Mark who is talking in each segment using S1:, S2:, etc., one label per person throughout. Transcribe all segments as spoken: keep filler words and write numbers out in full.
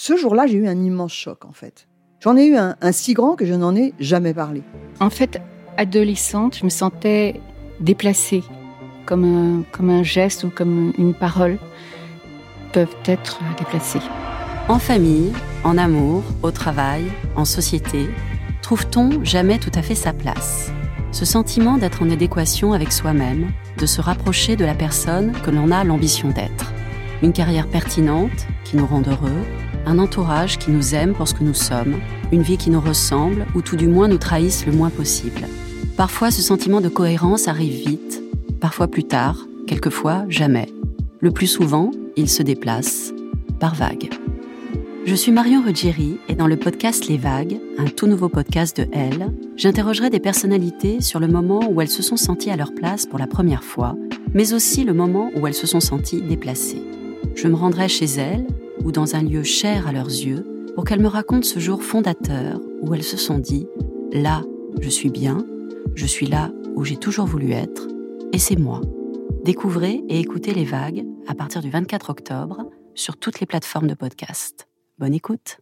S1: Ce jour-là, j'ai eu un immense choc, en fait. J'en ai eu un, un si grand que je n'en ai jamais parlé.
S2: En fait, adolescente, je me sentais déplacée, comme un, comme un geste ou comme une parole peuvent être déplacées.
S3: En famille, en amour, au travail, en société, trouve-t-on jamais tout à fait sa place ? Ce sentiment d'être en adéquation avec soi-même, de se rapprocher de la personne que l'on a l'ambition d'être. Une carrière pertinente qui nous rend heureux, un entourage qui nous aime pour ce que nous sommes, une vie qui nous ressemble ou tout du moins nous trahisse le moins possible. Parfois, ce sentiment de cohérence arrive vite, parfois plus tard, quelquefois jamais. Le plus souvent, il se déplace par vagues. Je suis Marion Ruggieri et dans le podcast Les Vagues, un tout nouveau podcast de Elle, j'interrogerai des personnalités sur le moment où elles se sont senties à leur place pour la première fois, mais aussi le moment où elles se sont senties déplacées. Je me rendrai chez elles ou dans un lieu cher à leurs yeux pour qu'elles me racontent ce jour fondateur où elles se sont dit « Là, je suis bien, je suis là où j'ai toujours voulu être, et c'est moi ». Découvrez et écoutez Les Vagues à partir du vingt-quatre octobre sur toutes les plateformes de podcast. Bonne écoute.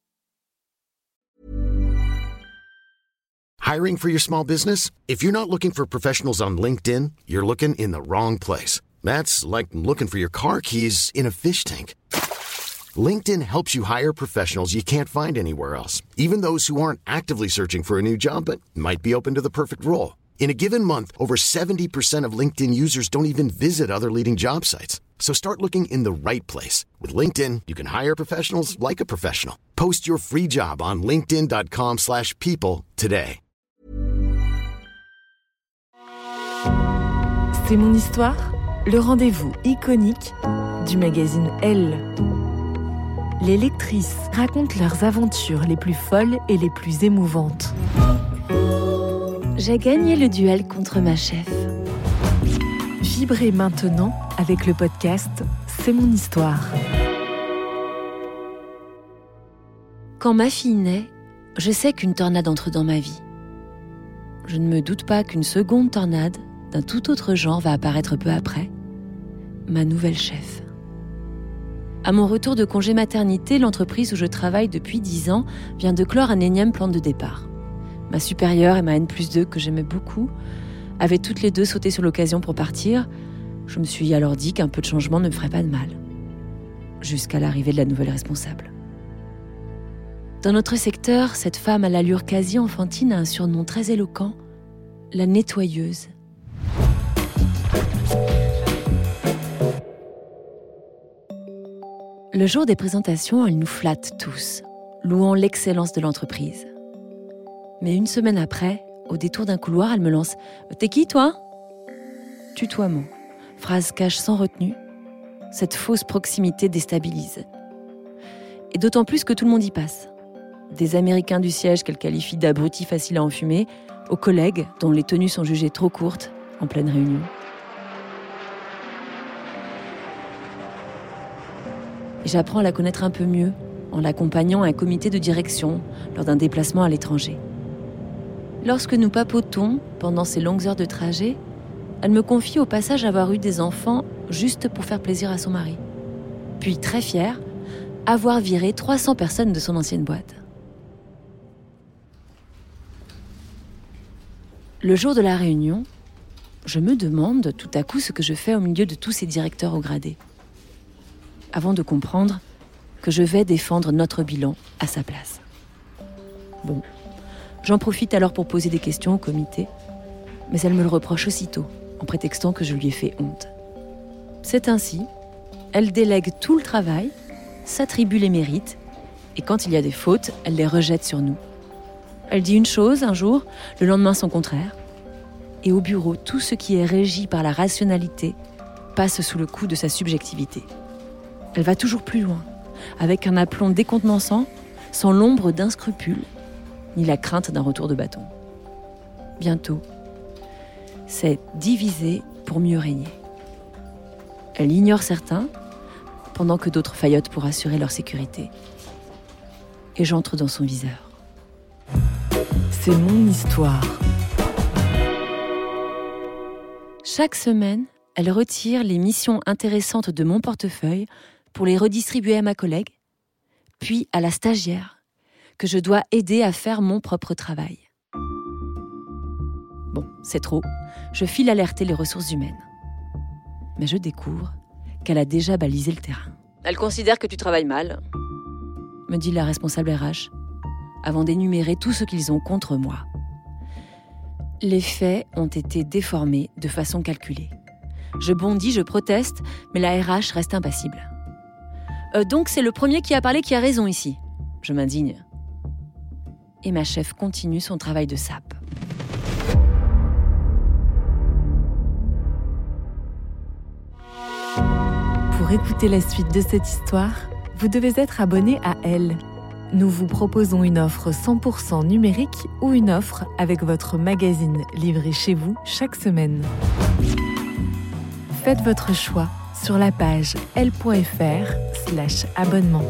S4: Hiring for your small business? If you're not looking for professionals on LinkedIn, you're looking in the wrong place. That's like looking for your car keys in a fish tank. LinkedIn helps you hire professionals you can't find anywhere else, even those who aren't actively searching for a new job but might be open to the perfect role. In a given month, over seventy percent of LinkedIn users don't even visit other leading job sites. So start looking in the right place. With LinkedIn, you can hire professionals like a professional. Post your free job on linkedin.com slash people today.
S5: C'est mon histoire, le rendez-vous iconique du magazine Elle. Les lectrices racontent leurs aventures les plus folles et les plus émouvantes. J'ai gagné le duel contre ma chef. Vibrez maintenant avec le podcast C'est mon histoire. Quand ma fille naît, je sais qu'une tornade entre dans ma vie. Je ne me doute pas qu'une seconde tornade d'un tout autre genre va apparaître peu après. Ma nouvelle chef. À mon retour de congé maternité, l'entreprise où je travaille depuis dix ans vient de clore un énième plan de départ. Ma supérieure et ma N plus deux, que j'aimais beaucoup, avaient toutes les deux sauté sur l'occasion pour partir. Je me suis alors dit qu'un peu de changement ne me ferait pas de mal. Jusqu'à l'arrivée de la nouvelle responsable. Dans notre secteur, cette femme à l'allure quasi enfantine a un surnom très éloquent, la nettoyeuse. Le jour des présentations, elle nous flatte tous, louant l'excellence de l'entreprise. Mais une semaine après, au détour d'un couloir, elle me lance « T'es qui, toi ?» Tutoiement, phrase cache sans retenue. Cette fausse proximité déstabilise. Et d'autant plus que tout le monde y passe. Des Américains du siège qu'elle qualifie d'abrutis faciles à enfumer, aux collègues dont les tenues sont jugées trop courtes en pleine réunion. Et j'apprends à la connaître un peu mieux en l'accompagnant à un comité de direction lors d'un déplacement à l'étranger. Lorsque nous papotons pendant ces longues heures de trajet, elle me confie au passage avoir eu des enfants juste pour faire plaisir à son mari. Puis, très fière, avoir viré trois cents personnes de son ancienne boîte. Le jour de la réunion, je me demande tout à coup ce que je fais au milieu de tous ces directeurs au gradé. Avant de comprendre que je vais défendre notre bilan à sa place. Bon, j'en profite alors pour poser des questions au comité, mais elle me le reproche aussitôt, en prétextant que je lui ai fait honte. C'est ainsi, elle délègue tout le travail, s'attribue les mérites, et quand il y a des fautes, elle les rejette sur nous. Elle dit une chose un jour, le lendemain son contraire, et au bureau, tout ce qui est régi par la rationalité passe sous le coup de sa subjectivité. Elle va toujours plus loin, avec un aplomb décontenançant, sans l'ombre d'un scrupule, ni la crainte d'un retour de bâton. Bientôt, c'est diviser pour mieux régner. Elle ignore certains, pendant que d'autres faillotent pour assurer leur sécurité. Et j'entre dans son viseur. C'est mon histoire. Chaque semaine, elle retire les missions intéressantes de mon portefeuille pour les redistribuer à ma collègue, puis à la stagiaire, que je dois aider à faire mon propre travail. Bon, c'est trop, je file alerter les ressources humaines. Mais je découvre qu'elle a déjà balisé le terrain. Elle considère que tu travailles mal, me dit la responsable R H, avant d'énumérer tout ce qu'ils ont contre moi. Les faits ont été déformés de façon calculée. Je bondis, je proteste, mais la R H reste impassible. Euh, donc c'est le premier qui a parlé qui a raison ici. Je m'indigne. Et ma chef continue son travail de sape.
S6: Pour écouter la suite de cette histoire, vous devez être abonné à Elle. Nous vous proposons une offre cent pour cent numérique ou une offre avec votre magazine livré chez vous chaque semaine. Faites votre choix sur la page elle.fr slash abonnement.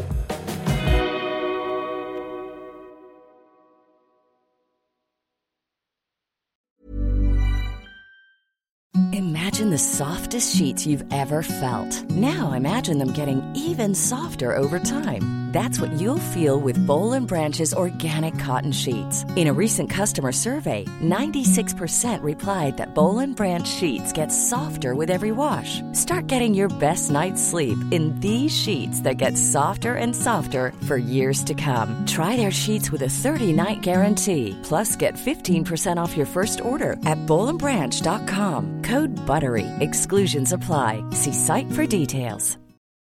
S7: Imagine the softest sheets you've ever felt. Now imagine them getting even softer over time. That's what you'll feel with Boll and Branch's organic cotton sheets. In a recent customer survey, ninety-six percent replied that Boll and Branch sheets get softer with every wash. Start getting your best night's sleep in these sheets that get softer and softer for years to come. Try their sheets with a thirty-night guarantee. Plus, get fifteen percent off your first order at boll and branch dot com. Code BUTTERY. Exclusions apply. See site for details.